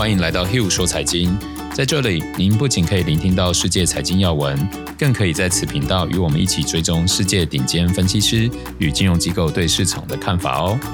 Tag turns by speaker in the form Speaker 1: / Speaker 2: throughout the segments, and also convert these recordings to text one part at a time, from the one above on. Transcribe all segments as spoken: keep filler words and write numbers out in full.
Speaker 1: 欢迎来到 Hugh 说财经。在这里，您不仅可以聆听到世界财经要闻，更可以在此频道与我们一起追踪世界顶尖分析师与金融机构对市场的看法哦。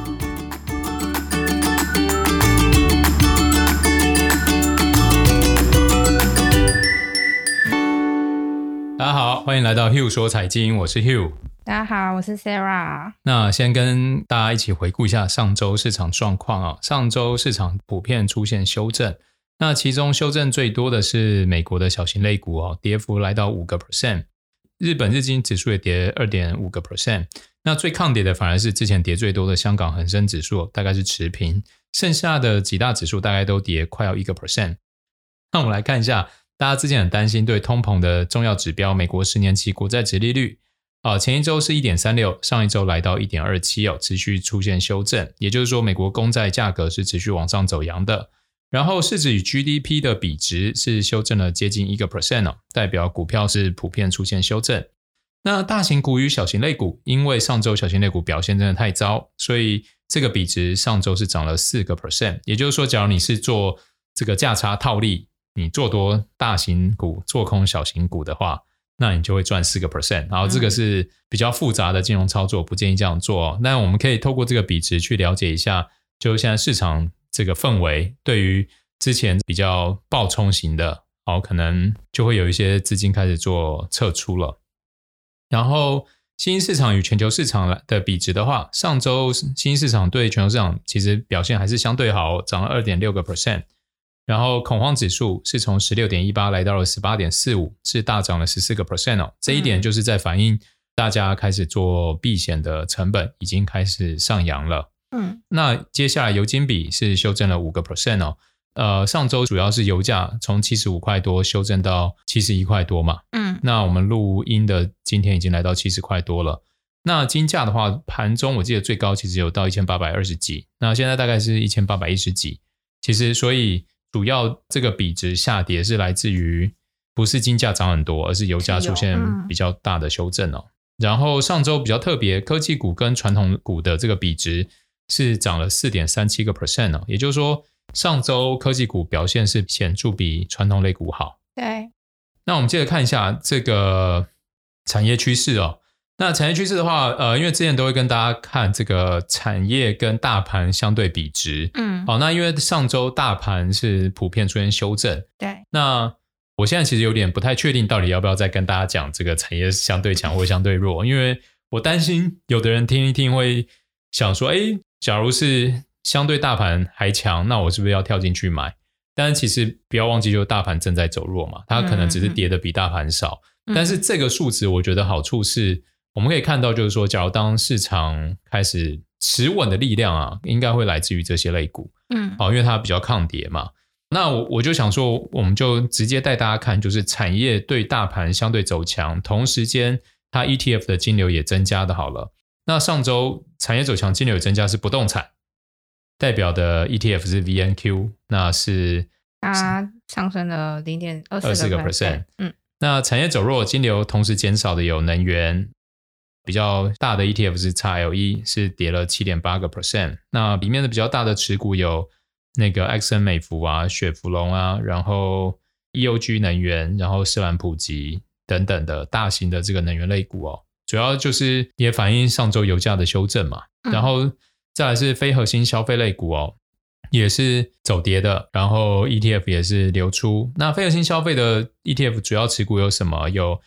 Speaker 1: 大家好，欢迎来到 Hugh 说财经，我是 Hugh。
Speaker 2: 大家好，我是 Sarah。
Speaker 1: 那先跟大家一起回顾一下上周市场状况啊。上周市场普遍出现修正，那其中修正最多的是美国的小型类股哦，跌幅来到 百分之五。日本日经指数也跌 百分之二点五。那最抗跌的反而是之前跌最多的香港恒生指数，大概是持平，剩下的几大指数大概都跌快要 百分之一。那我们来看一下，大家之前很担心对通膨的重要指标美国十年期国债殖利率。哦、前一周是 一点三六， 上一周来到 一点二七、哦、持续出现修正，也就是说美国公债价格是持续往上走扬的。然后市值与 G D P 的比值是修正了接近 百分之一、哦、代表股票是普遍出现修正。那大型股与小型类股，因为上周小型类股表现真的太糟，所以这个比值上周是涨了 百分之四。 也就是说，假如你是做这个价差套利，你做多大型股做空小型股的话，那你就会赚 百分之四。 然后这个是比较复杂的金融操作，不建议这样做哦。那我们可以透过这个比值去了解一下，就现在市场这个氛围，对于之前比较暴冲型的，哦，可能就会有一些资金开始做撤出了。然后新兴市场与全球市场的比值的话，上周新兴市场对全球市场其实表现还是相对好，涨了 百分之二点六。然后恐慌指数是从 十六点一八 来到了 十八点四五， 是大涨了 百分之十四、哦、这一点就是在反映大家开始做避险的成本已经开始上扬了。
Speaker 2: 嗯，
Speaker 1: 那接下来油金比是修正了 百分之五、哦、呃，上周主要是油价从七十五块多修正到七十一块多嘛。
Speaker 2: 嗯，
Speaker 1: 那我们录音的今天已经来到七十块多了。那金价的话，盘中我记得最高其实有到一千八百二十几，那现在大概是一千八百一十几。其实所以主要这个比值下跌是来自于不是金价涨很多，而是油价出现比较大的修正哦。嗯、然后上周比较特别，科技股跟传统股的这个比值是涨了 百分之四点三七、哦、也就是说上周科技股表现是显著比传统类股好。
Speaker 2: 对，
Speaker 1: 那我们接着看一下这个产业趋势哦。那产业趋势的话，呃，因为之前都会跟大家看这个产业跟大盘相对比值，
Speaker 2: 嗯，
Speaker 1: 好、哦，那因为上周大盘是普遍出现修正，
Speaker 2: 对，
Speaker 1: 那我现在其实有点不太确定到底要不要再跟大家讲这个产业相对强或相对弱，因为我担心有的人听一听会想说，诶，假如是相对大盘还强，那我是不是要跳进去买？但是其实不要忘记，就是大盘正在走弱嘛，它可能只是跌的比大盘少，嗯、但是这个数值我觉得好处是，我们可以看到就是说，假如当市场开始持稳的力量啊，应该会来自于这些类股，
Speaker 2: 嗯，
Speaker 1: 好、哦，因为它比较抗跌嘛。那我我就想说，我们就直接带大家看，就是产业对大盘相对走强，同时间它 E T F 的金流也增加的好了。那上周产业走强，金流也增加是不动产，代表的 E T F 是 V N Q， 那是
Speaker 2: 它上升了 百分之零点二四。嗯，
Speaker 1: 那产业走弱，金流同时减少的有能源。比较大的 E T F 是 X L E， 是跌了 百分之七点八。 那里面的比较大的持股有那个埃克森美孚啊、雪佛龙啊，然后 E O G 能源，然后士兰普吉等等的大型的这个能源类股哦，主要就是也反映上周油价的修正嘛。
Speaker 2: 嗯、
Speaker 1: 然后再来是非核心消费类股哦，也是走跌的，然后 E T F 也是流出。那非核心消费的 E T F 主要持股有什么？有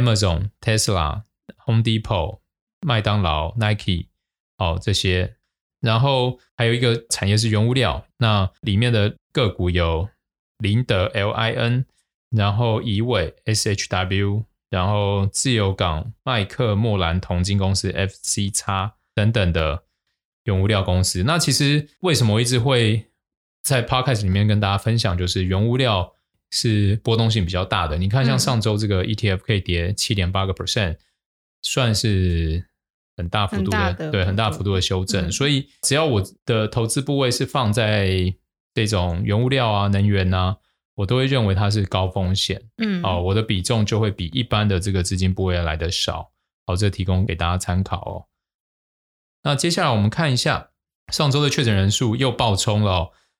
Speaker 1: Amazon、Tesla、Home Depot、麦当劳、Nike、哦、这些。然后还有一个产业是原物料，那里面的个股有林德 L I N， 然后怡伟 S H W， 然后自由港麦克莫兰铜金公司 F C X 等等的原物料公司。那其实为什么我一直会在 podcast 里面跟大家分享，就是原物料是波动性比较大的。你看像上周这个 E T F 可以跌 百分之七点八， 算是很大幅度的，
Speaker 2: 很大的
Speaker 1: 对，很大幅度的修正、嗯、所以只要我的投资部位是放在这种原物料啊、能源啊，我都会认为它是高风险，嗯，哦，我的比重就会比一般的这个资金部位来的少。好，这提供给大家参考哦。那接下来我们看一下上周的确诊人数又爆冲了哦。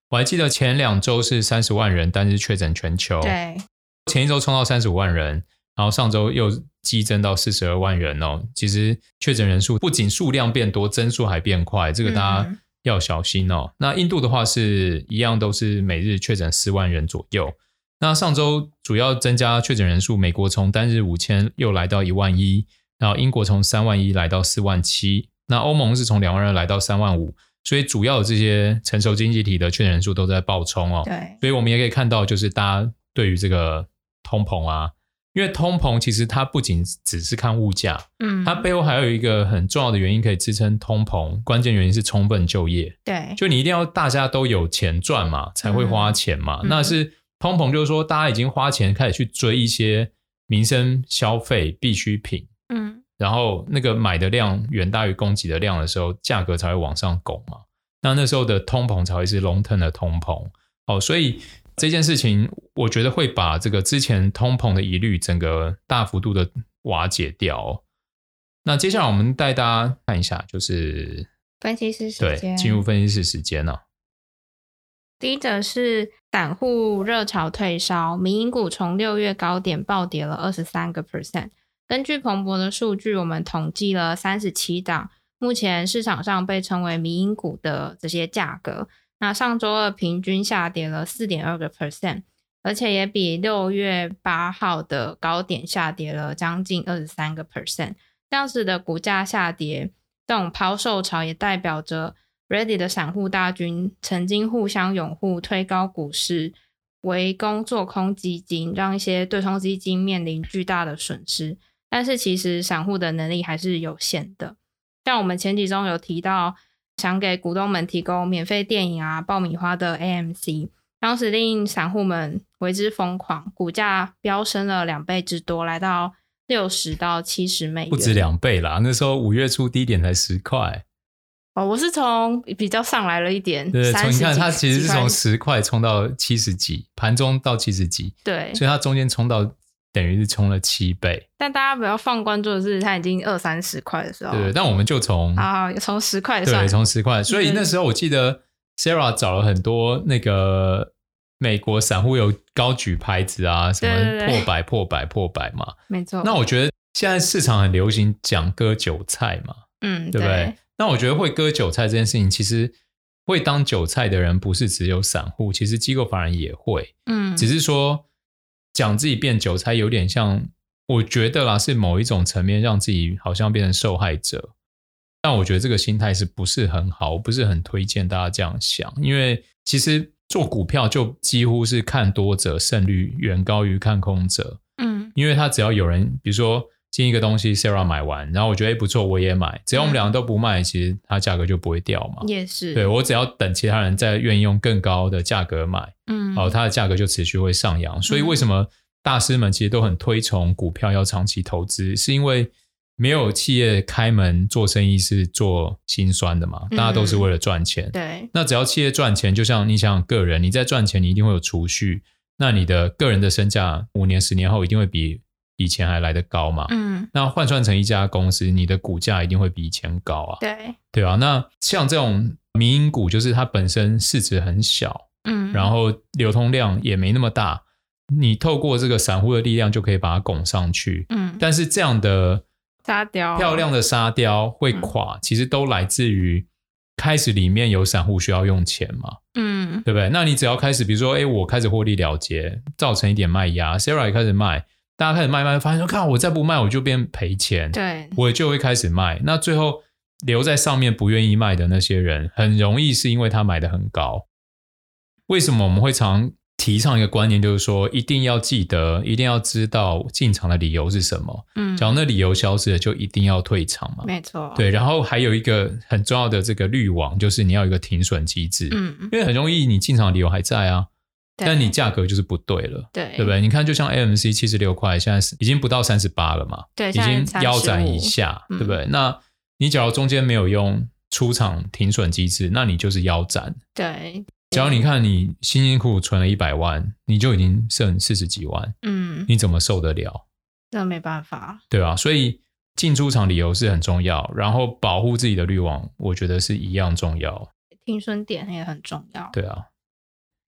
Speaker 1: 我还记得前两周是三十万人单日确诊全球，
Speaker 2: 对，
Speaker 1: 前一周冲到三十五万人，然后上周又激增到四十二万人哦。其实确诊人数不仅数量变多，增速还变快，这个大家要小心哦。嗯、那印度的话是一样，都是每日确诊四万人左右。那上周主要增加确诊人数，美国从单日五千又来到一万一，然后英国从三万一来到四万七，那欧盟是从两万二来到三万五，所以主要的这些成熟经济体的确诊人数都在爆冲哦。
Speaker 2: 对，
Speaker 1: 所以我们也可以看到，就是大家对于这个通膨啊，因为通膨其实它不仅只是看物价，嗯，它背后还有一个很重要的原因可以支撑通膨，关键原因是充分就业。
Speaker 2: 对，
Speaker 1: 就你一定要大家都有钱赚嘛，才会花钱嘛。嗯、那是通膨，就是说大家已经花钱开始去追一些民生消费必需品，嗯，然后那个买的量远大于供给的量的时候，价格才会往上拱嘛。那那时候的通膨才会是 long term 的通膨。哦，所以这件事情我觉得会把这个之前通膨的疑虑整个大幅度的瓦解掉哦。那接下来我们带大家看一下，就是
Speaker 2: 分析师时间，
Speaker 1: 对，进入分析师时间了。
Speaker 2: 第一则是散户热潮退烧，民营股从六月高点暴跌了 百分之二十三。根据彭博的数据，我们统计了三十七档目前市场上被称为民营股的这些价格，那上周二平均下跌了 百分之四点二， 而且也比六月八号的高点下跌了将近 百分之二十三。 这样子的股价下跌，这种抛售潮也代表着 Reddit 的散户大军曾经互相拥护，推高股市，围攻做空基金，让一些对冲基金面临巨大的损失。但是其实散户的能力还是有限的，像我们前几中有提到想给股东们提供免费电影啊、爆米花的 A M C， 当时令散户们为之疯狂，股价飙升了两倍之多，来到六十到七十美元，
Speaker 1: 不止两倍啦，那时候五月初低点才十块。
Speaker 2: 哦，我是从比较上来了一点，
Speaker 1: 对，从你看它其实是从十块冲到七十几，盘中到七十几，
Speaker 2: 对，
Speaker 1: 所以它中间冲到等于是冲了七倍。
Speaker 2: 但大家不要放关注的是，它已经二三十块的时候，
Speaker 1: 对，但我们就从
Speaker 2: 啊从十块算，
Speaker 1: 对，从十块，所以那时候我记得 Sarah 找了很多那个美国散户有高举牌子啊，什么破百破百破百嘛，
Speaker 2: 没错。
Speaker 1: 那我觉得现在市场很流行讲割韭菜嘛，嗯，对不对？对，那我觉得会割韭菜这件事情，其实会当韭菜的人不是只有散户，其实机构法人也会，嗯，只是说讲自己变韭菜有点像，我觉得啦是某一种层面让自己好像变成受害者，但我觉得这个心态是不是很好，我不是很推荐大家这样想，因为其实做股票就几乎是看多者胜率远高于看空者，嗯，因为他只要有人比如说进一个东西 Sarah 买完，然后我觉得不错我也买，只要我们两个都不卖，其实它价格就不会掉嘛。
Speaker 2: 也是，
Speaker 1: 对，我只要等其他人再愿意用更高的价格买，嗯，哦，它的价格就持续会上扬。所以为什么大师们其实都很推崇股票要长期投资，是因为没有企业开门做生意是做辛酸的嘛，大家都是为了赚钱。
Speaker 2: 嗯、对，
Speaker 1: 那只要企业赚钱，就像你想想个人，你在赚钱，你一定会有储蓄，那你的个人的身价五年、十年后一定会比以前还来得高嘛，嗯，那换算成一家公司，你的股价一定会比以前高啊，
Speaker 2: 对，
Speaker 1: 对啊。那像这种民营股，就是它本身市值很小，嗯，然后流通量也没那么大，你透过这个散户的力量就可以把它拱上去，嗯，但是这样的
Speaker 2: 沙雕
Speaker 1: 漂亮的沙雕会垮，嗯，其实都来自于开始里面有散户需要用钱嘛，嗯，对不对？那你只要开始，比如说，哎，我开始获利了结，造成一点卖压 ，Sarah 也开始卖。大家开始卖卖，发现说看我再不卖我就变赔钱，
Speaker 2: 对，
Speaker 1: 我就会开始卖。那最后留在上面不愿意卖的那些人，很容易是因为他买得很高。为什么我们会常提倡一个观念，就是说一定要记得，一定要知道进场的理由是什么。嗯，假如那理由消失了，就一定要退场嘛。
Speaker 2: 没错，
Speaker 1: 对。然后还有一个很重要的这个滤网，就是你要有一个停损机制。嗯，因为很容易你进场的理由还在啊。但你价格就是不对了，
Speaker 2: 对，
Speaker 1: 对不对？你看，就像 A M C 七十六块，现在已经不到三十八了嘛，
Speaker 2: 对，
Speaker 1: 已经腰斩以下，对不对？嗯，那你假如中间没有用出场停损机制，那你就是腰斩。
Speaker 2: 对，
Speaker 1: 假如你看你辛辛苦苦存了一百万，你就已经剩四十几万，嗯，你怎么受得了？
Speaker 2: 这没办法，
Speaker 1: 对吧？所以进出场理由是很重要，然后保护自己的滤网，我觉得是一样重要。
Speaker 2: 停损点也很重要，
Speaker 1: 对啊。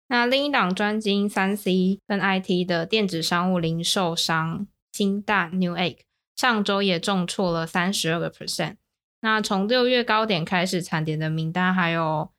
Speaker 2: 那另一档专精 三 C 跟 I T 的电子商务零售商新蛋 Newegg 上周也重挫了 百分之三十二。 那从六月高点开始惨跌的名单还有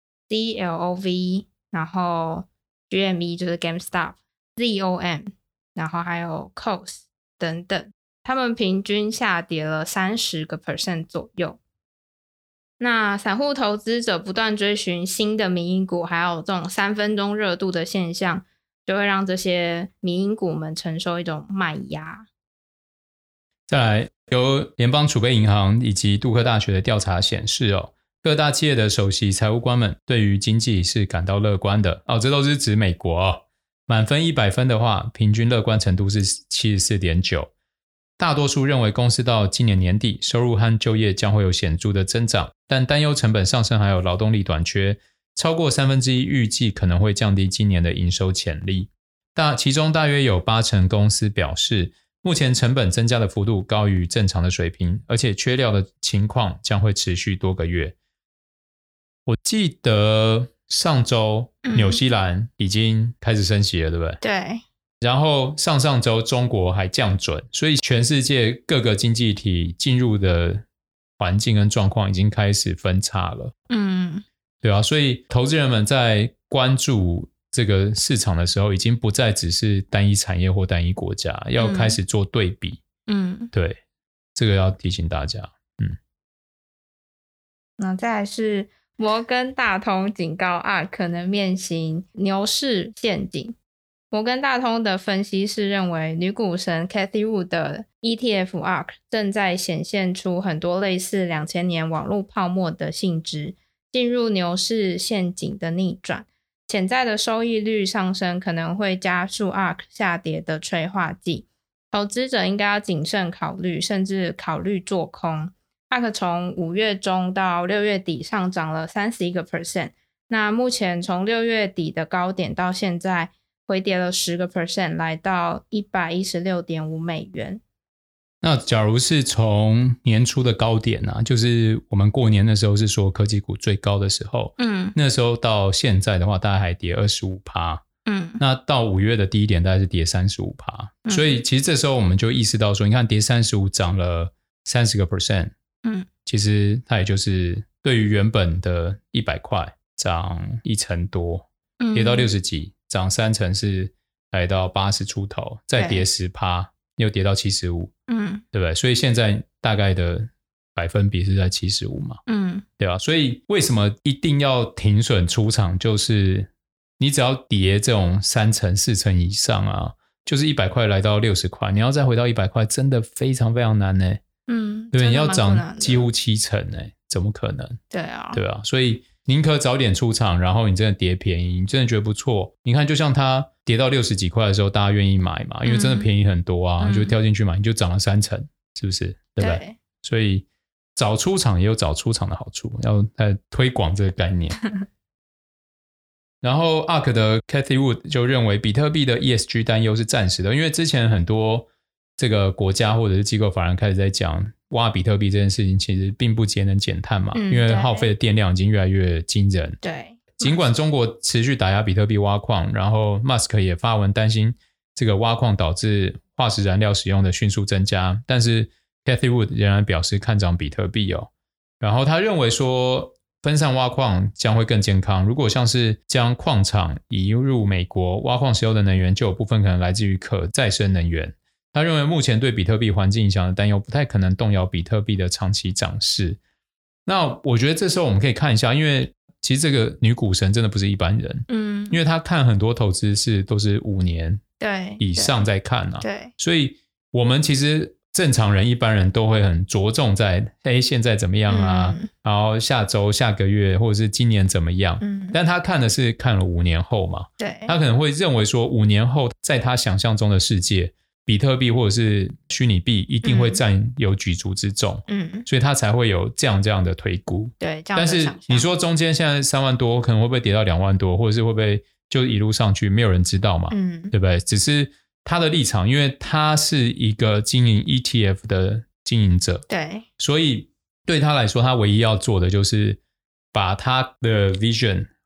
Speaker 2: C L O V， 然后 G M E 就是 GameStop，Z O M， 然后还有 C O S 等等，他们平均下跌了 百分之三十 左右。那散户投资者不断追寻新的民营股，还有这种三分钟热度的现象，就会让这些民营股们承受一种卖压。
Speaker 1: 再来，由联邦储备银行以及杜克大学的调查显示哦，各大企业的首席财务官们对于经济是感到乐观的哦，这都是指美国哦。满分一百分的话，平均乐观程度是 七十四点九。大多数认为公司到今年年底收入和就业将会有显著的增长，但担忧成本上升还有劳动力短缺，超过三分之一预计可能会降低今年的营收潜力。大其中大约有八成公司表示，目前成本增加的幅度高于正常的水平，而且缺料的情况将会持续多个月。我记得上周纽西兰已经开始升息了，对不对？
Speaker 2: 对。
Speaker 1: 然后上上周中国还降准，所以全世界各个经济体进入的环境跟状况已经开始分叉了。嗯，对啊，所以投资人们在关注这个市场的时候，已经不再只是单一产业或单一国家，要开始做对比。嗯，对，这个要提醒大家。嗯，
Speaker 2: 那再来是摩根大通警告 A R K 可能面临牛市陷阱。摩根大通的分析师认为，女股神 Cathie Wood 的 E T F A R K 正在显现出很多类似两千年网络泡沫的性质，进入牛市陷阱的逆转。潜在的收益率上升可能会加速 A R K 下跌的催化剂，投资者应该要谨慎考虑，甚至考虑做空。A R K 从五月中到六月底上涨了 百分之三十一， 那目前从六月底的高点到现在回跌了 百分之十， 来到 一百一十六点五美元。
Speaker 1: 那假如是从年初的高点啊，就是我们过年的时候是说科技股最高的时候，嗯，那时候到现在的话大概还跌 百分之二十五， 嗯，那到五月的低点大概是跌 百分之三十五， 嗯，所以其实这时候我们就意识到说，你看跌三十五涨了 百分之三十， 嗯，其实它也就是对于原本的一百块涨一成多，跌到六十几，涨三成是来到八十出头，再跌 百分之十， 又跌到七十五，嗯，对不对？所以现在大概的百分比是在七十五嘛，嗯，对吧？所以为什么一定要停损出场？就是你只要跌这种三成四成以上啊，就是一百块来到六十块，你要再回到一百块，真的非常非常难呢。嗯，对，你要涨几乎七成呢，怎么可能？
Speaker 2: 对啊，
Speaker 1: 对啊，所以宁可早点出场，然后你真的跌便宜，你真的觉得不错。你看，就像它跌到六十几块的时候，大家愿意买嘛，因为真的便宜很多啊，嗯，就跳进去买，你就涨了三成，是不是？对不对？对，所以早出场也有早出场的好处，要再推广这个概念。然后 A R K 的 Cathie Wood 就认为，比特币的 E S G 担忧是暂时的，因为之前很多这个国家或者是机构法人开始在讲挖比特币这件事情，其实并不节能减碳嘛，嗯，因为耗费的电量已经越来越惊人。
Speaker 2: 对，
Speaker 1: 尽管中国持续打压比特币挖矿，然后 Musk 也发文担心这个挖矿导致化石燃料使用的迅速增加，但是 Cathie Wood 仍然表示看涨比特币哦。然后他认为说，分散挖矿将会更健康。如果像是将矿场移入美国，挖矿使用的能源就有部分可能来自于可再生能源。他认为目前对比特币环境影响的担忧不太可能动摇比特币的长期涨势。那我觉得这时候我们可以看一下，因为其实这个女股神真的不是一般人，嗯，因为她看很多投资是都是五年
Speaker 2: 对
Speaker 1: 以上在看啊，
Speaker 2: 对，
Speaker 1: 所以我们其实正常人一般人都会很着重在哎现在怎么样啊，嗯，然后下周下个月或者是今年怎么样，嗯，但他看的是看了五年后嘛，
Speaker 2: 对，
Speaker 1: 他可能会认为说五年后在他想象中的世界，比特币或者是虚拟币一定会占有举足之重，嗯，所以他才会有这样这样的推估。
Speaker 2: 对，这样
Speaker 1: 但是你说中间现在三万多，可能会不会跌到两万多，或者是会不会就一路上去，没有人知道嘛，嗯，对不对？只是他的立场，因为他是一个经营 E T F 的经营者，
Speaker 2: 对，
Speaker 1: 所以对他来说，他唯一要做的就是把他的 vision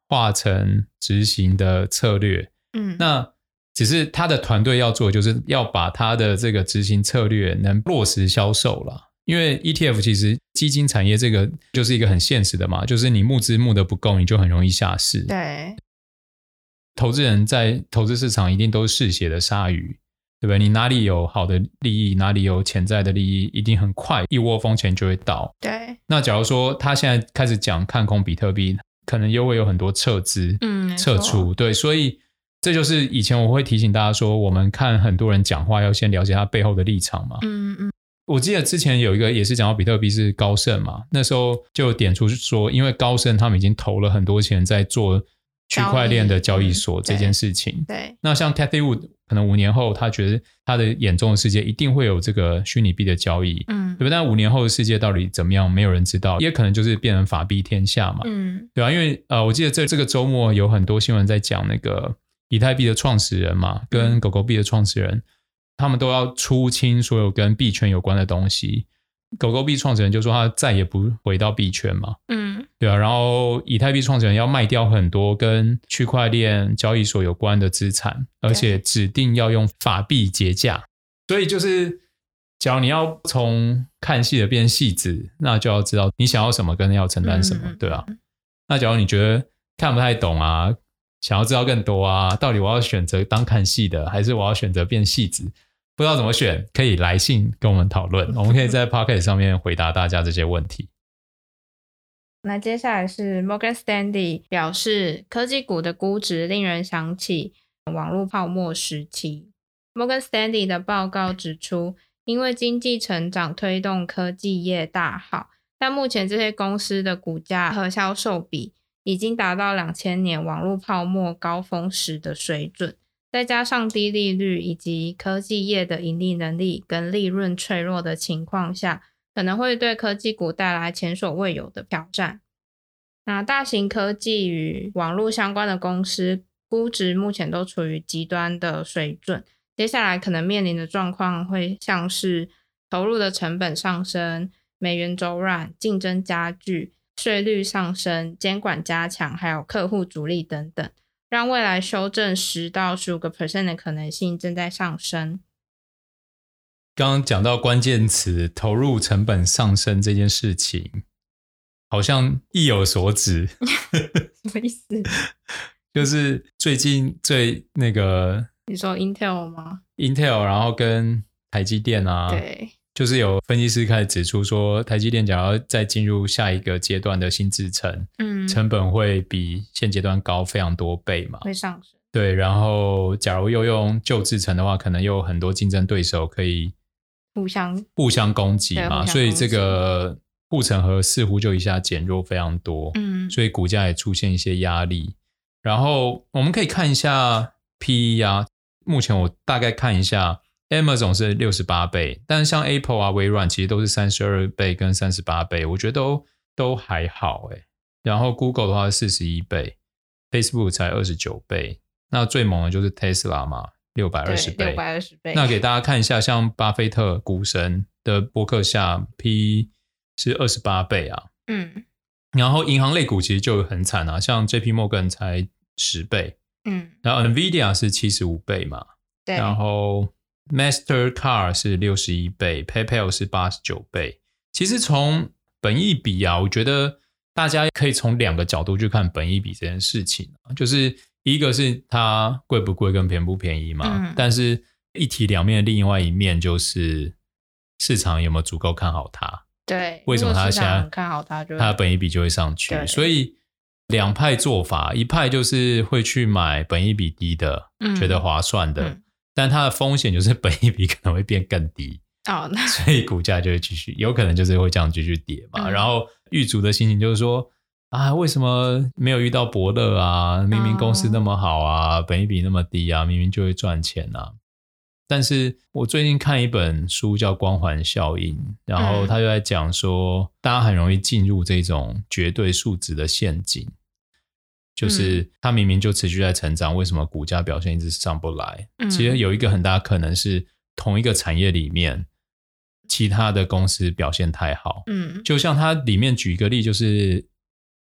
Speaker 1: 化成执行的策略。
Speaker 2: 嗯，
Speaker 1: 那只是他的团队要做的就是要把他的这个执行策略能落实销售啦。因为 E T F 其实基金产业这个就是一个很现实的嘛，就是你募资募得不够，你就很容易下市。
Speaker 2: 对，
Speaker 1: 投资人在投资市场一定都是嗜血的鲨鱼，对不对？你哪里有好的利益，哪里有潜在的利益，一定很快一窝蜂钱就会到。
Speaker 2: 对，
Speaker 1: 那假如说他现在开始讲看空比特币，可能又会有很多撤资、
Speaker 2: 嗯，
Speaker 1: 撤出。对，所以这就是以前我会提醒大家说，我们看很多人讲话要先了解他背后的立场嘛。
Speaker 2: 嗯嗯。
Speaker 1: 我记得之前有一个也是讲到比特币是高盛嘛，那时候就点出说，因为高盛他们已经投了很多钱在做区块链的交易所这件事情。
Speaker 2: 嗯、对, 对，
Speaker 1: 那像 Cathie Wood 可能五年后他觉得他的眼中的世界一定会有这个虚拟币的交易，
Speaker 2: 嗯，
Speaker 1: 对不对？但五年后的世界到底怎么样，没有人知道，也可能就是变成法币天下嘛，
Speaker 2: 嗯，
Speaker 1: 对啊，因为呃，我记得这这个周末有很多新闻在讲那个以太币的创始人嘛，跟狗狗币的创始人，他们都要出清所有跟币圈有关的东西。狗狗币创始人就说他再也不回到币圈嘛，
Speaker 2: 嗯，
Speaker 1: 对啊，然后以太币创始人要卖掉很多跟区块链交易所有关的资产，而且指定要用法币结价。所以就是假如你要从看戏的变戏子，那就要知道你想要什么跟要承担什么，嗯、对啊。那假如你觉得看不太懂啊，想要知道更多啊，到底我要选择当看戏的，还是我要选择变戏子，不知道怎么选，可以来信跟我们讨论，我们可以在 Podcast 上面回答大家这些问题。
Speaker 2: 那接下来是 Morgan Stanley 表示，科技股的估值令人想起网络泡沫时期。Morgan Stanley 的报告指出，因为经济成长推动科技业大好，但目前这些公司的股价和销售比已经达到两千年网络泡沫高峰时的水准。再加上低利率以及科技业的盈利能力跟利润脆弱的情况下，可能会对科技股带来前所未有的挑战。那大型科技与网络相关的公司估值目前都处于极端的水准，接下来可能面临的状况会像是投入的成本上升、美元走软、竞争加剧、税率上升、监管加强，还有客户阻力等等，让未来修正 百分之十到百分之十五 的可能性正在上升。
Speaker 1: 刚刚讲到关键词投入成本上升这件事情，好像意有所指。
Speaker 2: 什么意思？
Speaker 1: 就是最近最那个
Speaker 2: 你说 Intel 吗？
Speaker 1: Intel 然后跟台积电啊，
Speaker 2: 对，
Speaker 1: 就是有分析师开始指出说，台积电假如再进入下一个阶段的新制程，
Speaker 2: 嗯，
Speaker 1: 成本会比现阶段高非常多倍嘛，
Speaker 2: 会上升。
Speaker 1: 对，然后假如又用旧制程的话，可能又有很多竞争对手可以
Speaker 2: 互相
Speaker 1: 互相攻击嘛，所以这个护城河似乎就一下减弱非常多，
Speaker 2: 嗯，
Speaker 1: 所以股价也出现一些压力。然后我们可以看一下 P E 啊，目前我大概看一下 Amazon 是六十八倍，但是像 Apple 啊、微软其实都是三十二倍跟三十八倍，我觉得都都还好诶。然后 Google 的话是四十一倍， Facebook 才二十九倍，那最猛的就是 Tesla 嘛，六百二十倍，
Speaker 2: 六百二十倍。
Speaker 1: 那给大家看一下，像巴菲特股神的播客下 P E 是二十八倍啊，
Speaker 2: 嗯，
Speaker 1: 然后银行类股其实就很惨啊，像 J P Morgan 才十倍，
Speaker 2: 嗯，
Speaker 1: 然后 Nvidia 是七十五倍嘛，
Speaker 2: 对，
Speaker 1: 然后 Mastercard 是六十一倍， PayPal 是八十九倍。其实从本益比啊，我觉得大家可以从两个角度去看本益比这件事情，就是一个是它贵不贵跟便不便宜嘛，
Speaker 2: 嗯，但
Speaker 1: 是一体两面的另外一面就是市场有没有足够看好它，
Speaker 2: 对，
Speaker 1: 为什么它现在
Speaker 2: 看好它就
Speaker 1: 它的本益比就会上去，所以两派做法，一派就是会去买本益比低的，嗯，觉得划算的，嗯，但它的风险就是本益比可能会变更低，
Speaker 2: 哦，
Speaker 1: 所以股价就会继续有可能就是会这样继续跌嘛，嗯，然后狱卒的心情就是说啊，为什么没有遇到伯乐啊，明明公司那么好啊，哦，本益比那么低啊，明明就会赚钱啊。但是我最近看一本书叫光环效应，然后他就在讲说，大家很容易进入这种绝对数值的陷阱，就是它明明就持续在成长，为什么股价表现一直上不来，嗯，其实有一个很大可能是同一个产业里面其他的公司表现太好，嗯，就像它里面举一个例，就是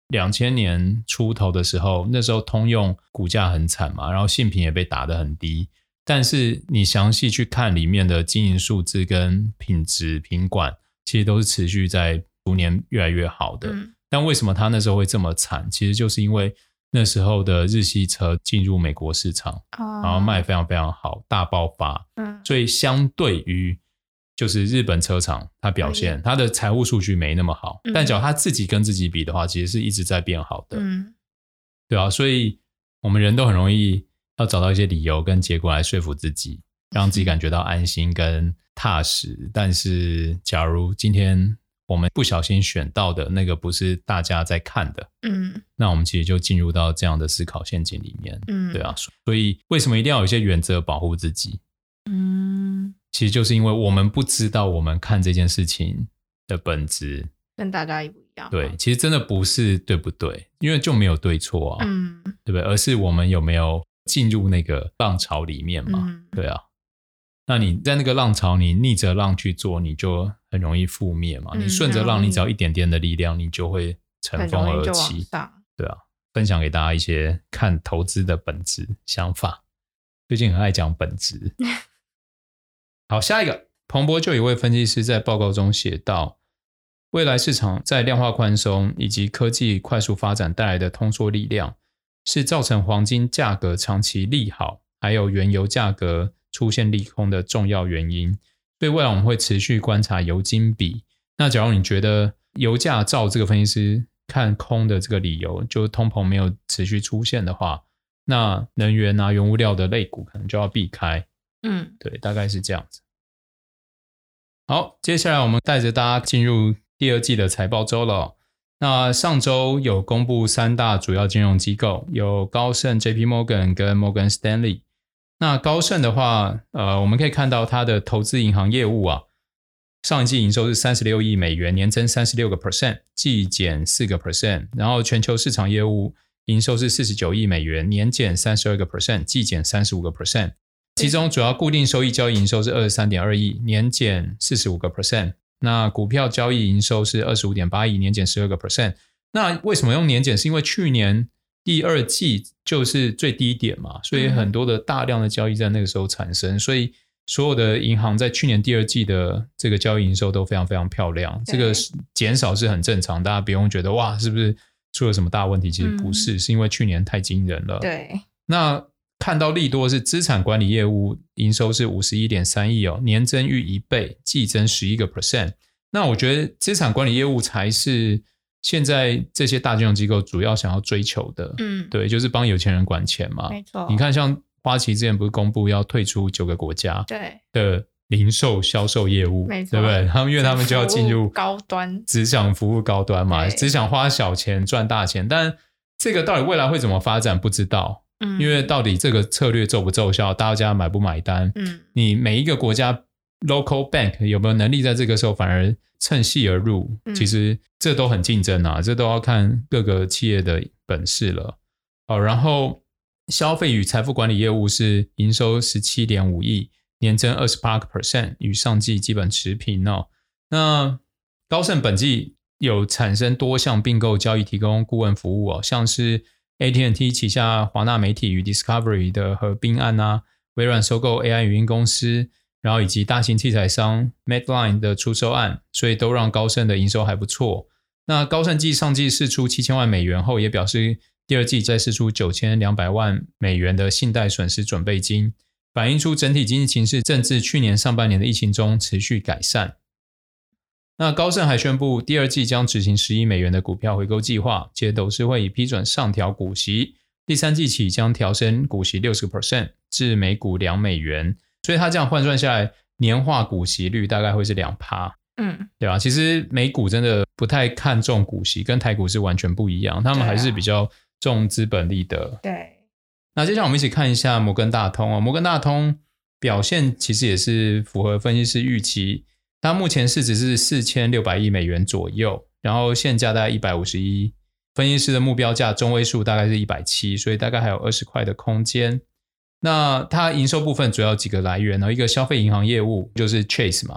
Speaker 1: 两千年出头的时候，那时候通用股价很惨嘛，然后信评也被打得很低，但是你详细去看里面的经营数字跟品质品管，其实都是持续在逐年越来越好的、嗯、但为什么它那时候会这么惨，其实就是因为那时候的日系车进入美国市场、哦、然后卖非常非常好，大爆发、嗯、所以相对于就是日本车厂它表现它的财务数据没那么好、嗯、但只要它自己跟自己比的话，其实是一直在变好的、嗯、对啊，所以我们人都很容易要找到一些理由跟结果来说服自己，让自己感觉到安心跟踏实，但是假如今天我们不小心选到的那个不是大家在看的，嗯，那我们其实就进入到这样的思考陷阱里面，嗯，对啊，所以为什么一定要有一些原则保护自己？嗯，其实就是因为我们不知道我们看这件事情的本质
Speaker 2: 跟大家一不一样，
Speaker 1: 对，其实真的不是对不对，因为就没有对错啊，嗯，对不对？而是我们有没有进入那个浪潮里面嘛、嗯、对啊，那你在那个浪潮你逆着浪去做，你就很容易覆灭嘛、嗯、你顺着浪你只要一点点的力量你就会乘风而起，对啊，分享给大家一些看投资的本质想法，最近很爱讲本质好，下一个，彭博就有一位分析师在报告中写道，未来市场在量化宽松以及科技快速发展带来的通缩力量是造成黄金价格长期利好还有原油价格出现利空的重要原因，所以未来我们会持续观察油金比。那假如你觉得油价照这个分析师看空的这个理由，就通膨没有持续出现的话，那能源啊原物料的类股可能就要避开，嗯，对，大概是这样子。好，接下来我们带着大家进入第二季的财报周了、哦。那上周有公布三大主要金融机构，有高盛、J P Morgan 跟 Morgan Stanley。那高盛的话，呃，我们可以看到它的投资银行业务啊，上一季营收是三十六亿美元，年增 百分之三十六， 季减 百分之四， 然后全球市场业务营收是四十九亿美元，年减 百分之三十二， 季减 百分之三十五。 其中主要固定收益交易营收是 二十三点二亿，年减 百分之四十五。 那股票交易营收是 二十五点八亿，年减 百分之十二。 那为什么用年减？是因为去年第二季就是最低点嘛，所以很多的大量的交易在那个时候产生，所以所有的银行在去年第二季的这个交易营收都非常非常漂亮，这个减少是很正常，大家不用觉得哇是不是出了什么大问题，其实不是、嗯、是因为去年太惊人了。
Speaker 2: 对，
Speaker 1: 那看到利多是资产管理业务营收是 五十一点三亿哦，年增逾一倍，季增 百分之十一。 那我觉得资产管理业务才是现在这些大金融机构主要想要追求的，嗯，对，就是帮有钱人管钱嘛。
Speaker 2: 没错，
Speaker 1: 你看像花旗之前不是公布要退出九个国家的零售销售业务，
Speaker 2: 没错，
Speaker 1: 对不对？他们因为他们就要进入
Speaker 2: 高端，
Speaker 1: 只想服务高端嘛，只想花小钱赚大钱，但这个到底未来会怎么发展不知道。嗯、因为到底这个策略奏不奏效，大家买不买单、嗯、你每一个国家 local bank 有没有能力在这个时候反而趁隙而入、嗯、其实这都很竞争啊，这都要看各个企业的本事了。好，然后消费与财富管理业务是营收 十七点五亿，年增 百分之二十八， 与上季基本持平哦。那高盛本季有产生多项并购交易提供顾问服务哦，像是A T and T 旗下华纳媒体与 Discovery 的合并案啊，微软收购 A I 语音公司，然后以及大型器材商 Medline 的出售案，所以都让高盛的营收还不错。那高盛继上季释出七千万美元后，也表示第二季再释出九千两百万美元的信贷损失准备金，反映出整体经济情势正自去年上半年的疫情中持续改善。那高盛还宣布第二季将执行十亿美元的股票回购计划，且董事会已批准上调股息，第三季起将调升股息 百分之六十 至每股两美元，所以它这样换算下来年化股息率大概会是 百分之二。 嗯，对吧？其实美股真的不太看重股息，跟台股是完全不一样，他们还是比较重资本利得。
Speaker 2: 对，
Speaker 1: 那接下来我们一起看一下摩根大通、哦、摩根大通表现其实也是符合分析师预期，它目前市值是四千六百亿美元左右，然后现价大概一百五十一，分析师的目标价中位数大概是一百七，所以大概还有二十块的空间。那它营收部分主要几个来源，一个消费银行业务就是 Chase 嘛，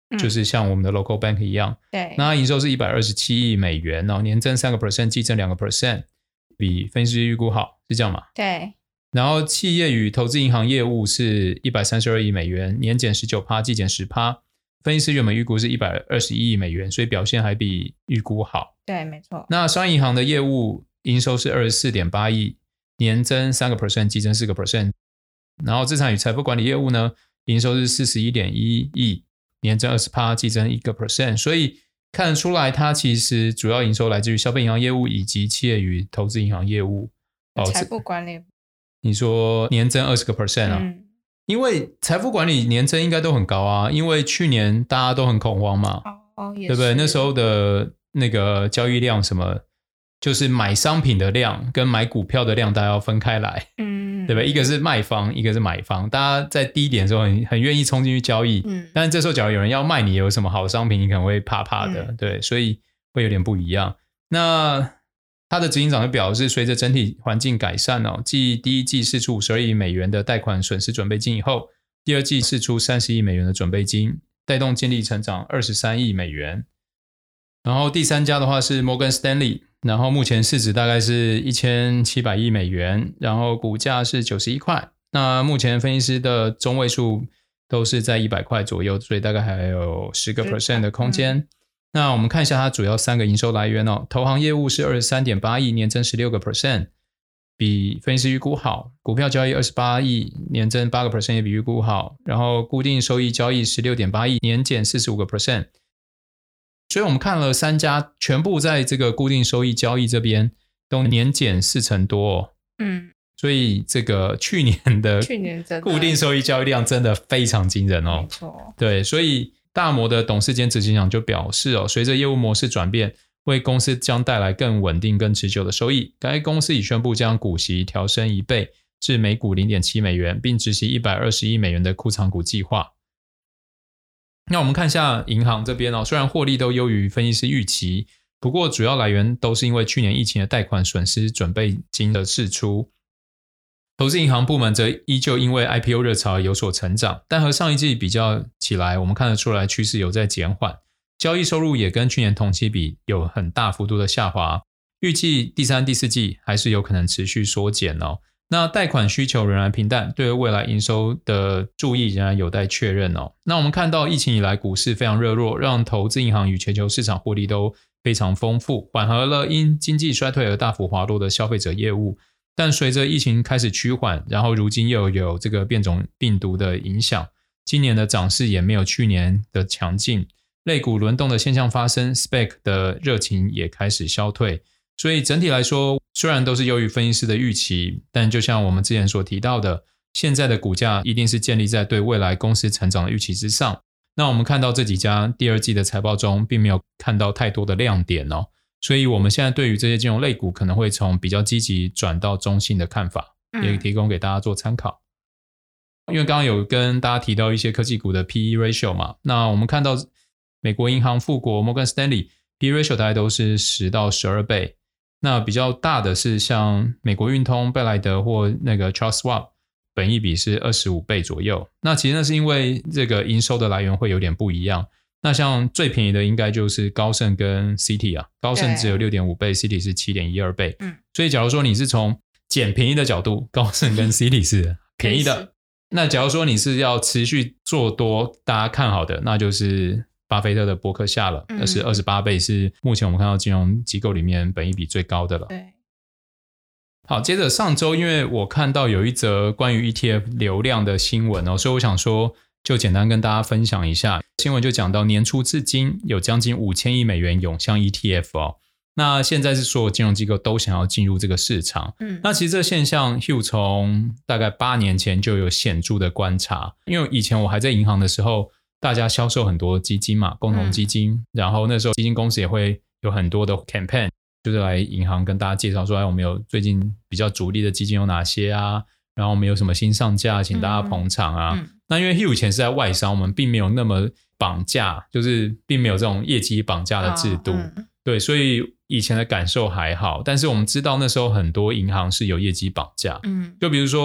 Speaker 1: 就是像我们的 local bank 一样。
Speaker 2: 对，
Speaker 1: 那营收是一百二十七亿美元，然后年增 百分之三， 季增 百分之二， 比分析师预估好，是这样吗？
Speaker 2: 对。
Speaker 1: 然后企业与投资银行业务是一百三十二亿美元，年减 百分之十九， 季减 百分之十， 分析师原本预估是一百二十一亿美元，所以表现还比预估好。
Speaker 2: 对，没错。
Speaker 1: 那商业银行的业务营收是 二十四点八亿，年增 百分之三， 季增 百分之四。 然后资产与财富管理业务呢，营收是 四十一点一亿，年增 百分之二十， 季增 百分之一。 所以看得出来它其实主要营收来自于消费银行业务以及企业与投资银行业务。
Speaker 2: 财富管理
Speaker 1: 你说年增 百分之二十 啊、嗯、因为财富管理年增应该都很高啊，因为去年大家都很恐慌嘛，
Speaker 2: 哦，也是，
Speaker 1: 对不对？那时候的那个交易量什么，就是买商品的量跟买股票的量大家要分开来，嗯，对不对？一个是卖方，一个是买方，大家在低点的时候 很, 很愿意冲进去交易，嗯，但是这时候假如有人要卖你有什么好的商品，你可能会怕怕的，嗯、对，所以会有点不一样。那他的执行长就表示，随着整体环境改善哦，继第一季释出五十二亿美元的贷款损失准备金以后，第二季释出三十亿美元的准备金，带动净利成长二十三亿美元。然后第三家的话是 Morgan Stanley， 然后目前市值大概是一千七百亿美元，然后股价是九十一块。那目前分析师的中位数都是在一百块左右，所以大概还有 百分之十 的空间。嗯，那我们看一下它主要三个营收来源哦，投行业务是 二十三点八亿，年增 百分之十六， 比分析师预估好。股票交易二十八亿，年增 百分之八， 也比预估好。然后固定收益交易 十六点八亿，年减 百分之四十五。 所以我们看了三家，全部在这个固定收益交易这边都年减四成多哦。嗯，所以这个去年的固定收益交易量真的非常惊人哦。
Speaker 2: 没错，
Speaker 1: 对，所以大摩的董事兼执行长就表示哦，随着业务模式转变，为公司将带来更稳定、更持久的收益。该公司已宣布将股息调升一倍至每股 零点七美元，并执行一百二十亿美元的库藏股计划。那我们看一下银行这边哦，虽然获利都优于分析师预期，不过主要来源都是因为去年疫情的贷款损失准备金的释出。投资银行部门则依旧因为 I P O 热潮有所成长，但和上一季比较起来，我们看得出来趋势有在减缓，交易收入也跟去年同期比有很大幅度的下滑，预计第三、第四季还是有可能持续缩减哦。那贷款需求仍然平淡，对未来营收的注意仍然有待确认哦。那我们看到疫情以来股市非常热络，让投资银行与全球市场获利都非常丰富，缓和了因经济衰退而大幅滑落的消费者业务。但随着疫情开始趋缓，然后如今又有这个变种病毒的影响，今年的涨势也没有去年的强劲，类股轮动的现象发生， S P A C 的热情也开始消退。所以整体来说，虽然都是优于分析师的预期，但就像我们之前所提到的，现在的股价一定是建立在对未来公司成长的预期之上。那我们看到这几家第二季的财报中并没有看到太多的亮点哦，所以我们现在对于这些金融类股可能会从比较积极转到中性的看法，也提供给大家做参考。因为刚刚有跟大家提到一些科技股的 P E ratio 嘛，那我们看到美国银行、富国、Morgan Stanley P E ratio 大概都是十到十二倍，那比较大的是像美国运通、贝莱德或那个 Charles Schwab， 本益比是二十五倍左右。那其实那是因为这个营收的来源会有点不一样。那像最便宜的应该就是高盛跟 Citi 啊，高盛只有 六点五倍， Citi 是 七点一二倍。嗯，所以假如说你是从捡便宜的角度，高盛跟 Citi 是便宜的。那假如说你是要持续做多大家看好的，那就是巴菲特的伯克夏了，那是二十八倍，是目前我们看到金融机构里面本益比最高的了。
Speaker 2: 对。
Speaker 1: 好，接着上周因为我看到有一则关于 E T F 流量的新闻哦，所以我想说就简单跟大家分享一下。新闻就讲到年初至今有将近五千亿美元涌向 E T F 哦，那现在是所有金融机构都想要进入这个市场。嗯，那其实这个现象 Hugh 从大概八年前就有显著的观察，因为以前我还在银行的时候，大家销售很多基金嘛，共同基金、嗯、然后那时候基金公司也会有很多的 campaign， 就是来银行跟大家介绍说，哎，我们有最近比较主力的基金有哪些啊，然后我们有什么新上架，请大家捧场啊、嗯嗯、那因为 Hugh 以前是在外商，我们并没有那么绑架，就是并没有这种业绩绑架的制度、哦嗯、对，所以以前的感受还好，但是我们知道那时候很多银行是有业绩绑架，嗯，就比如说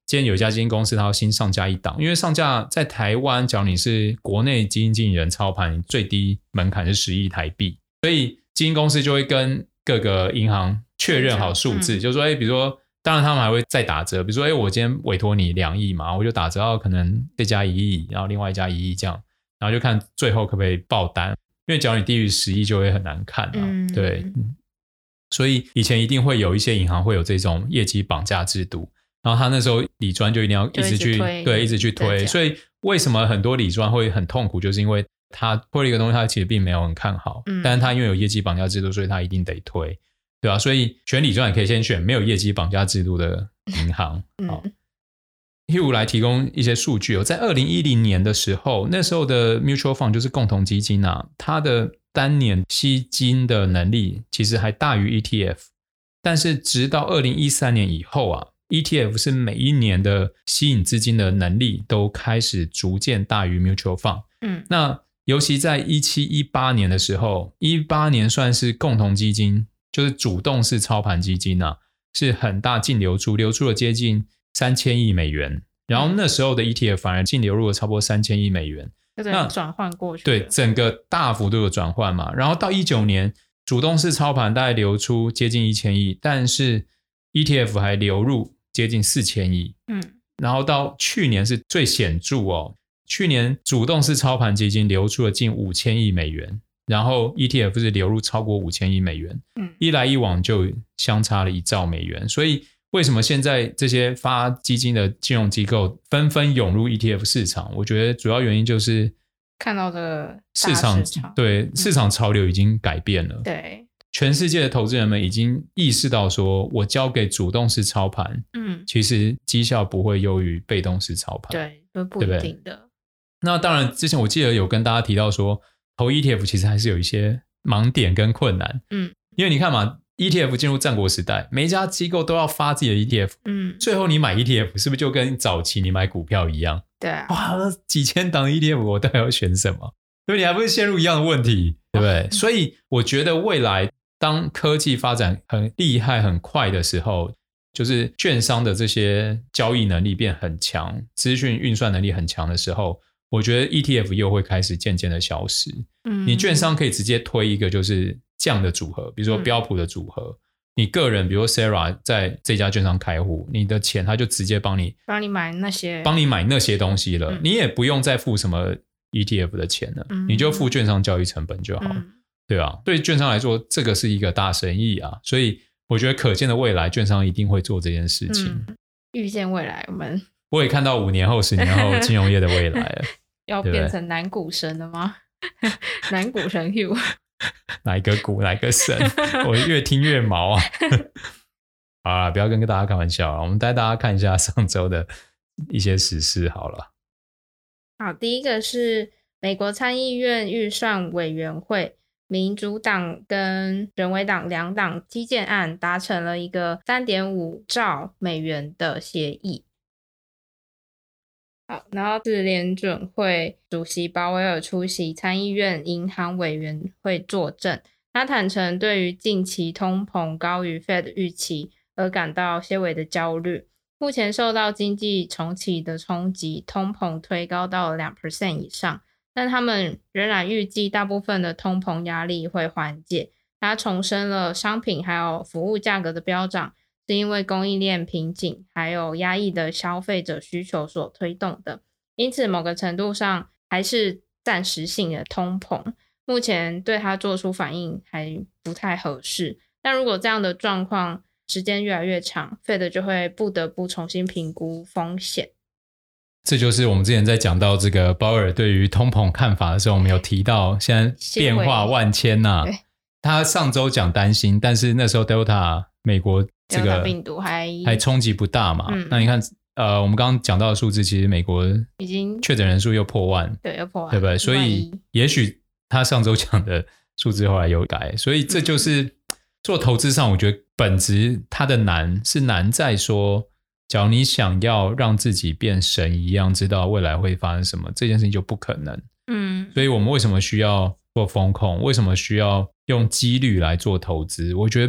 Speaker 1: 今天有一家基金公司它要新上架一档，因为上架在台湾，假如你是国内基金经理人操盘，最低门槛是十亿台币，所以基金公司就会跟各个银行确认好数字，嗯、就是说，哎，比如说，当然他们还会再打折，比如说，哎，我今天委托你两亿嘛，我就打折到可能这家一亿，然后另外一家一亿这样，然后就看最后可不可以爆单，因为假如你低于十亿就会很难看啊，嗯、对、嗯，所以以前一定会有一些银行会有这种业绩绑架制度。然后他那时候理专就一定要一直去对一直去推，所以为什么很多理专会很痛苦，就是因为他推了一个东西，他其实并没有很看好，嗯、但是他因为有业绩绑架制度，所以他一定得推，对吧、啊？所以选理专也可以先选没有业绩绑架制度的银行。嗯、好 Hugh 来提供一些数据、哦、在二零一零年的时候，那时候的 mutual fund 就是共同基金啊，它的单年吸金的能力其实还大于 E T F， 但是直到二零一三年以后啊，E T F 是每一年的吸引资金的能力都开始逐渐大于 mutual fund。嗯，那尤其在一七一八年的时候，一八年算是共同基金，就是主动式操盘基金啊，是很大净流出，流出了接近三千亿美元。然后那时候的 E T F 反而净流入了差不多三千亿美元，
Speaker 2: 那转换过去，
Speaker 1: 对，整个大幅度的转换嘛。然后到一九年，主动式操盘大概流出接近一千亿，但是 E T F 还流入接近四千亿，嗯，然后到去年是最显著哦，去年主动式操盘基金流出了近五千亿美元，然后 E T F 是流入超过五千亿美元，嗯，一来一往就相差了一兆美元，所以为什么现在这些发基金的金融机构纷纷涌入 E T F 市场？我觉得主要原因就是
Speaker 2: 看到这个
Speaker 1: 市场，市场对市场潮流已经改变了，
Speaker 2: 嗯、对。
Speaker 1: 全世界的投资人们已经意识到说，我交给主动式操盘，嗯，其实绩效不会优于被动式操盘，
Speaker 2: 对，不一定的。对
Speaker 1: 那当然，之前我记得有跟大家提到说，投 E T F 其实还是有一些盲点跟困难，嗯，因为你看嘛 ，E T F 进入战国时代，每一家机构都要发自己的 E T F，嗯，最后你买 E T F 是不是就跟早期你买股票一样？
Speaker 2: 对啊，
Speaker 1: 哇，几千档 E T F 我到底要选什么？对不对？你还不是陷入一样的问题，对不对？嗯、所以我觉得未来。当科技发展很厉害很快的时候，就是券商的这些交易能力变很强，资讯运算能力很强的时候，我觉得 E T F 又会开始渐渐的消失。嗯，你券商可以直接推一个就是这样的组合，比如说标普的组合，嗯、你个人比如说 Sarah 在这家券商开户，你的钱他就直接帮你
Speaker 2: 帮你买那些
Speaker 1: 帮你买那些东西了，嗯、你也不用再付什么 E T F 的钱了，嗯、你就付券商交易成本就好了。嗯对啊，对券商来说，这个是一个大生意啊，所以我觉得可见的未来，券商一定会做这件事情。
Speaker 2: 嗯、预见未来，我们
Speaker 1: 我也看到五年后、十年后金融业的未来了，
Speaker 2: 要变成男股神了吗？男股神 Hugh，
Speaker 1: 哪一个股，哪一个神？我越听越毛啊！好啦，不要跟大家开玩笑啊，我们带大家看一下上周的一些时事好了。
Speaker 2: 好，第一个是。美国参议院预算委员会民主党跟人为党两党基建案达成了一个 三点五兆美元的协议。好，然后是联准会主席鲍威尔出席参议院银行委员会作证，他坦诚对于近期通膨高于 Fed 预期而感到些微的焦虑。目前受到经济重启的冲击，通膨推高到了 百分之二 以上。但他们仍然预计大部分的通膨压力会缓解。他重申了商品还有服务价格的飙涨是因为供应链瓶颈还有压抑的消费者需求所推动的，因此某个程度上还是暂时性的通膨，目前对他做出反应还不太合适。但如果这样的状况时间越来越长， Fed 就会不得不重新评估风险。
Speaker 1: 这就是我们之前在讲到这个鲍威尔对于通膨看法的时候，我们有提到现在变化万千啊。他上周讲担心，但是那时候 Delta 美国这个
Speaker 2: Delta 病毒还
Speaker 1: 还冲击不大嘛。嗯、那你看呃，我们刚刚讲到的数字，其实美国
Speaker 2: 已经
Speaker 1: 确诊人数又破万，
Speaker 2: 对，又破万，
Speaker 1: 对不对？所以也许他上周讲的数字后来有改，所以这就是做投资上，我觉得本质它的难是难在说，假如你想要让自己变神一样知道未来会发生什么，这件事情就不可能。嗯，所以我们为什么需要做风控，为什么需要用几率来做投资，我觉得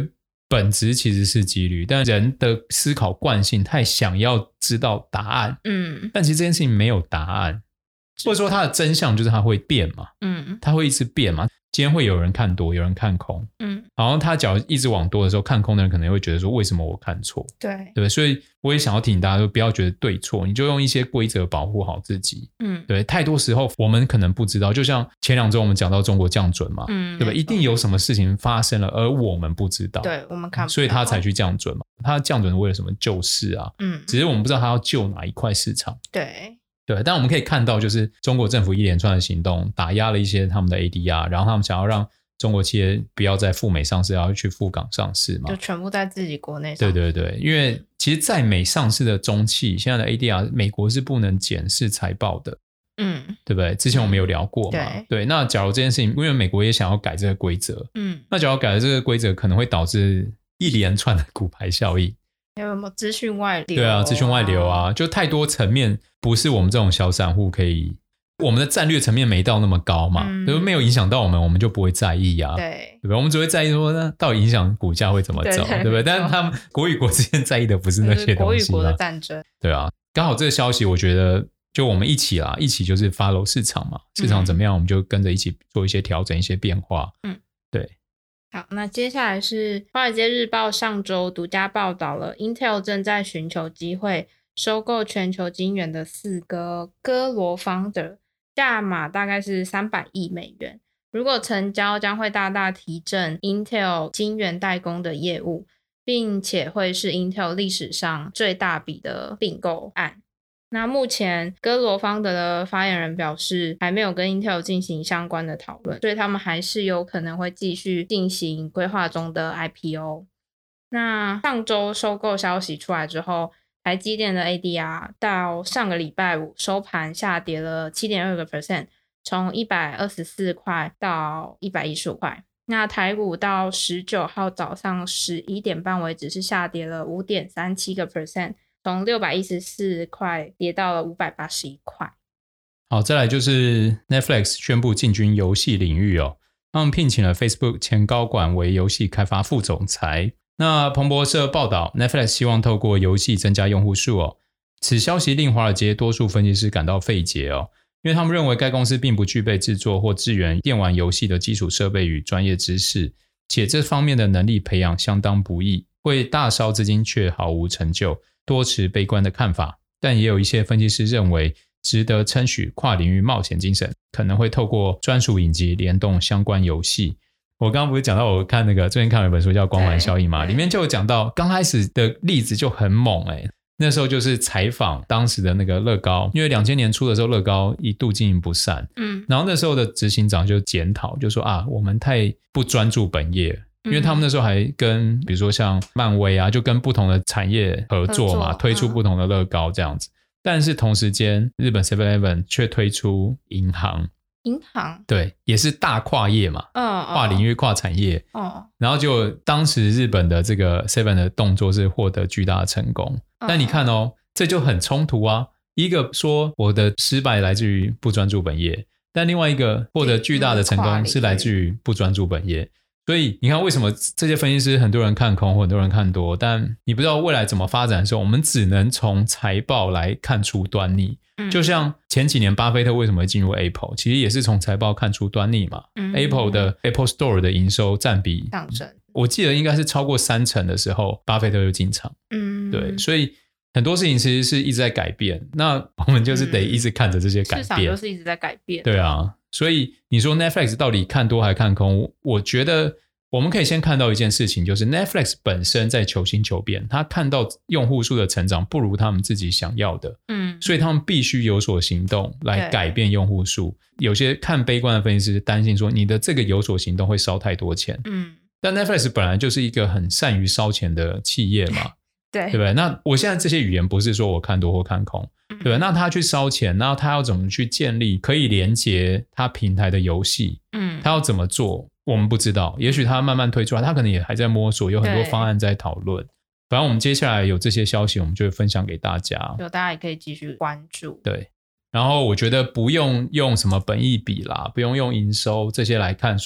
Speaker 1: 本质其实是几率，但人的思考惯性太想要知道答案，
Speaker 2: 嗯，
Speaker 1: 但其实这件事情没有答案，或者说它的真相就是它会变嘛，
Speaker 2: 嗯，
Speaker 1: 它会一直变嘛。今天会有人看多，有人看空，
Speaker 2: 嗯，
Speaker 1: 然后他脚一直往多的时候，看空的人可能会觉得说，为什么我看错？
Speaker 2: 对，
Speaker 1: 对不对？所以我也想要提醒大家，就不要觉得对错，你就用一些规则保护好自己。
Speaker 2: 嗯，
Speaker 1: 对，太多时候我们可能不知道，就像前两周我们讲到中国降准嘛，
Speaker 2: 嗯，
Speaker 1: 对吧？一定有什么事情发生了，而我们不知道，
Speaker 2: 对，我们看不到，
Speaker 1: 所以他才去降准嘛。他降准是为了什么？救市啊，
Speaker 2: 嗯，
Speaker 1: 只是我们不知道他要救哪一块市场。
Speaker 2: 对。
Speaker 1: 对，但我们可以看到，就是中国政府一连串的行动，打压了一些他们的 A D R， 然后他们想要让中国企业不要再赴美上市，要去赴港上市嘛，
Speaker 2: 就全部在自己国内上市。
Speaker 1: 对对对，因为其实在美上市的中企，现在的 A D R 美国是不能检视财报的，
Speaker 2: 嗯，
Speaker 1: 对不对？之前我们有聊过嘛，
Speaker 2: 嗯、
Speaker 1: 对, 对。那假如这件事情，因为美国也想要改这个规则，
Speaker 2: 嗯，
Speaker 1: 那假如改了这个规则，可能会导致一连串的骨牌效应。
Speaker 2: 有没有资讯外流？
Speaker 1: 对啊，资讯外流啊，就太多层面，不是我们这种小散户可以，我们的战略层面没到那么高嘛，嗯、没有影响到我们，我们就不会在意啊，
Speaker 2: 对，
Speaker 1: 对不对？我们只会在意说，那到底影响股价会怎么走， 对, 对不对？但是他们国与国之间在意的不是那些东西，
Speaker 2: 国与国的战争，
Speaker 1: 对啊。刚好这个消息，我觉得就我们一起啦，一起就是 follow 市场嘛，市场怎么样，我们就跟着一起做一些调整，一些变化，
Speaker 2: 嗯，
Speaker 1: 对。
Speaker 2: 好，那接下来是《华尔街日报》上周独家报道了 Intel 正在寻求机会收购全球晶圆的四个哥罗 Founder， 价码大概是三百亿美元。如果成交，将会大大提振 Intel 晶圆代工的业务，并且会是 Intel 历史上最大笔的并购案。那目前哥罗方德的发言人表示，还没有跟 Intel 进行相关的讨论，所以他们还是有可能会继续进行规划中的 I P O。 那上周收购消息出来之后，台积电的 A D R 到上个礼拜五收盘下跌了 百分之七点二， 从一百二十四块到一百一十五块。那台股到十九号早上十一点半为止是下跌了 百分之五点三七，从六百一十四块跌到了五百八十一块。
Speaker 1: 好，再来就是 Netflix 宣布进军游戏领域哦，他们聘请了 Facebook 前高管为游戏开发副总裁。那彭博社报道 Netflix 希望透过游戏增加用户数哦，此消息令华尔街多数分析师感到费解哦，因为他们认为该公司并不具备制作或支援电玩游戏的基础设备与专业知识，且这方面的能力培养相当不易，会大烧资金却毫无成就，多持悲观的看法。但也有一些分析师认为值得称许跨领域冒险精神，可能会透过专属影集联动相关游戏。我刚刚不是讲到我看那个最近看了一本书叫《光环效应》嘛，里面就有讲到刚开始的例子就很猛诶、欸那时候就是采访当时的那个乐高，因为两千年初的时候乐高一度经营不善，嗯，然后那时候的执行长就检讨，就说啊，我们太不专注本业，因为他们那时候还跟比如说像漫威啊，就跟不同的产业合作嘛，合作推出不同的乐高这样子。嗯、但是同时间，日本 seven eleven 却推出银行。
Speaker 2: 银行
Speaker 1: 对，也是大跨业嘛，
Speaker 2: 嗯，
Speaker 1: 跨领域跨产业，
Speaker 2: 哦，
Speaker 1: 然后就当时日本的这个 seven 的动作是获得巨大的成功，嗯、但你看哦，这就很冲突啊，一个说我的失败来自于不专注本业，但另外一个获得巨大的成功是来自于不专注本业。所以你看为什么这些分析师很多人看空，很多人看多，但你不知道未来怎么发展的时候，我们只能从财报来看出端倪。嗯、就像前几年巴菲特为什么会进入 Apple， 其实也是从财报看出端倪嘛。嗯、Apple 的 Apple Store 的营收占比
Speaker 2: 上升，我
Speaker 1: 记得应该是超过三成的时候，巴菲特就进场。嗯，对，所以很多事情其实是一直在改变，那我们就是得一直看着这些改变。市
Speaker 2: 场就是一直在改变。
Speaker 1: 对啊，所以你说 Netflix 到底看多还看空？我觉得我们可以先看到一件事情，就是 Netflix 本身在求新求变，他看到用户数的成长不如他们自己想要的，嗯，所以他们必须有所行动来改变用户数。有些看悲观的分析师担心说，你的这个有所行动会烧太多钱，嗯，但 Netflix 本来就是一个很善于烧钱的企业嘛，
Speaker 2: 对，
Speaker 1: 对不对？那我现在这些语言不是说我看多或看空，对不对？那他去烧钱，然后他要怎么去建立可以连接他平台的游戏，嗯，他要怎么做？我们不知道，也许他慢慢推出来，他可能也还在摸索，有很多方案在讨论。反正我们接下来有这些消息，我们就会分享给大家，
Speaker 2: 就大家也可以继续关注。
Speaker 1: 对，然后我觉得不用用什么本益比啦，不用用营收这些来看说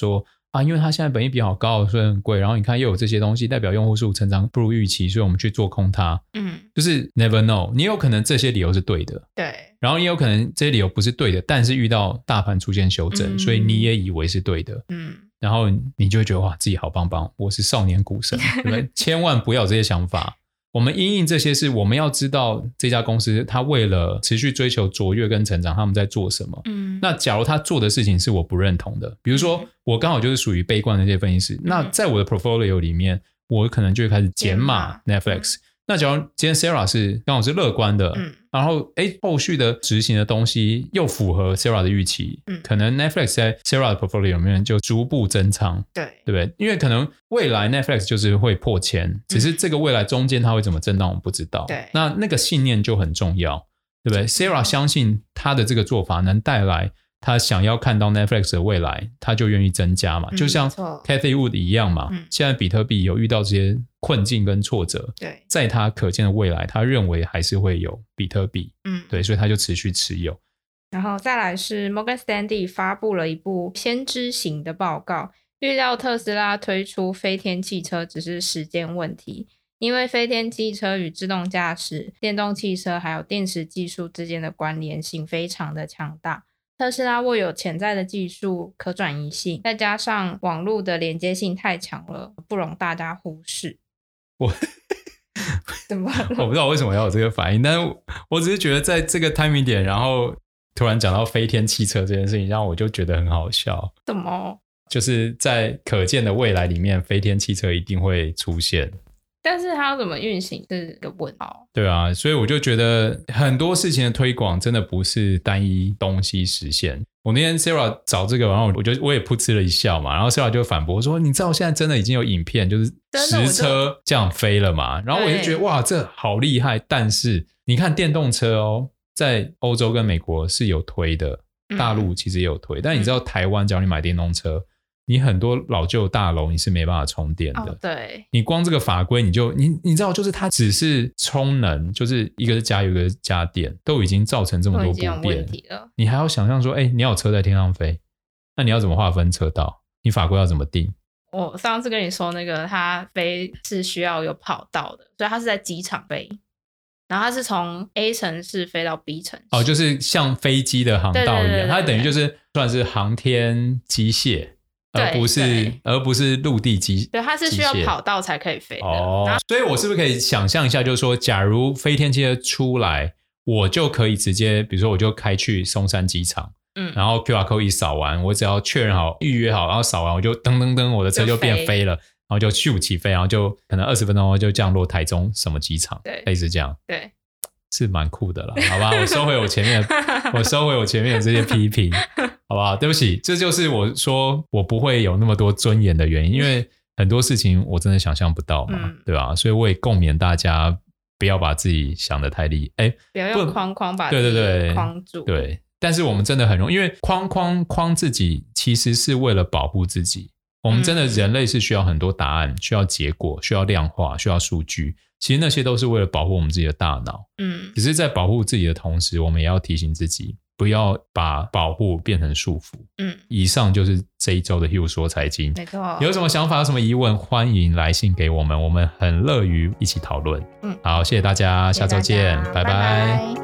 Speaker 1: 啊，因为它现在本益比好高，所以很贵，然后你看又有这些东西，代表用户数成长不如预期，所以我们去做空它。嗯，就是 never know， 你有可能这些理由是对的，
Speaker 2: 对，
Speaker 1: 然后你有可能这些理由不是对的，但是遇到大盘出现修正，嗯，所以你也以为是对的，嗯，然后你就会觉得哇，自己好棒棒，我是少年股神，对不对？千万不要有这些想法。我们因应这些是我们要知道这家公司它为了持续追求卓越跟成长他们在做什么，嗯，那假如他做的事情是我不认同的，比如说我刚好就是属于悲观的这些分析师，嗯，那在我的 portfolio 里面我可能就会开始减码 Netflix，嗯，那假如今天 Sarah 是刚好是乐观的，嗯，然后诶后续的执行的东西又符合 Sarah 的预期，嗯，可能 Netflix 在 Sarah 的 portfolio 里面就逐步增仓，
Speaker 2: 对，
Speaker 1: 对不对？因为可能未来 Netflix 就是会破千，只是这个未来中间它会怎么震荡我们不知道，
Speaker 2: 对，
Speaker 1: 那那个信念就很重要，对不对？ Sarah 相信他的这个做法能带来他想要看到 Netflix 的未来，他就愿意增加嘛，嗯，就像 Cathy Wood 一样嘛，嗯，现在比特币有遇到这些困境跟挫折，
Speaker 2: 对，
Speaker 1: 在他可见的未来他认为还是会有比特币，嗯，对，所以他就持续持有。
Speaker 2: 然后再来是 Morgan Stanley 发布了一部先知型的报告，预料特斯拉推出飞天汽车只是时间问题，因为飞天汽车与自动驾驶、电动汽车还有电池技术之间的关联性非常的强大，特斯拉握有潜在的技术可转移性，再加上网络的连接性太强了，不容大家忽视。
Speaker 1: 我
Speaker 2: 怎么
Speaker 1: 我不知道为什么要有这个反应，但是我只是觉得在这个 timing 点，然后突然讲到飞天汽车这件事情，让我就觉得很好笑。
Speaker 2: 怎么？
Speaker 1: 就是在可见的未来里面，飞天汽车一定会出现，
Speaker 2: 但是它要怎么运行是个问号。
Speaker 1: 对啊，所以我就觉得很多事情的推广真的不是单一东西实现。我那天 Sarah 找这个，然后我就我也噗嗤了一笑嘛，然后 Sarah 就反驳说，你知道现在真的已经有影片就是实车这样飞了嘛，然后我就觉得哇这好厉害，但是你看电动车哦，在欧洲跟美国是有推的，大陆其实也有推，嗯，但你知道台湾只要你买电动车，你很多老旧大楼你是没办法充电的，哦，
Speaker 2: 对，
Speaker 1: 你光这个法规你就你你知道就是它只是充能，就是一个是加油一个是加电，都已经造成这么多不便了，你还要想象说哎，你要有车在天上飞，那你要怎么划分车道，你法规要怎么定？
Speaker 2: 我上次跟你说那个它飞是需要有跑道的，所以它是在机场飞，然后它是从 A 城市飞到 B 城市，
Speaker 1: 哦，就是像飞机的航道一样，对对对对对，它等于就是算是航天机械，而不是而不是陆地机，
Speaker 2: 对，它是需要跑道才可以飞的。
Speaker 1: 哦，所以我是不是可以想象一下，就是说，假如飞天汽车出来，我就可以直接，比如说我就开去松山机场，嗯，然后 Q R code 一扫完，我只要确认好、预约好，然后扫完我就噔噔噔，我的车就变飞了，然后就咻起飞，然后就可能二十分钟后就降落台中什么机场，
Speaker 2: 对，
Speaker 1: 类似这样，
Speaker 2: 对。
Speaker 1: 是蛮酷的啦，好吧，我收回我前面我收回我前面的这些批评，好不好？对不起，这就是我说我不会有那么多尊严的原因，因为很多事情我真的想象不到嘛，嗯，对吧？所以我也共勉大家不要把自己想得太厉害，哎，
Speaker 2: 不要用框框把自己框住，
Speaker 1: 对对对，但是我们真的很容易，因为框框框自己其实是为了保护自己，我们真的人类是需要很多答案，需要结果，需要量化，需要数据，其实那些都是为了保护我们自己的大脑，嗯，只是在保护自己的同时，我们也要提醒自己不要把保护变成束缚。嗯，以上就是这一周的 Hugh 说财经，
Speaker 2: 没错。
Speaker 1: 有什么想法有什么疑问，欢迎来信给我们，我们很乐于一起讨论。嗯，好，谢谢大家，下周见，拜拜。拜拜。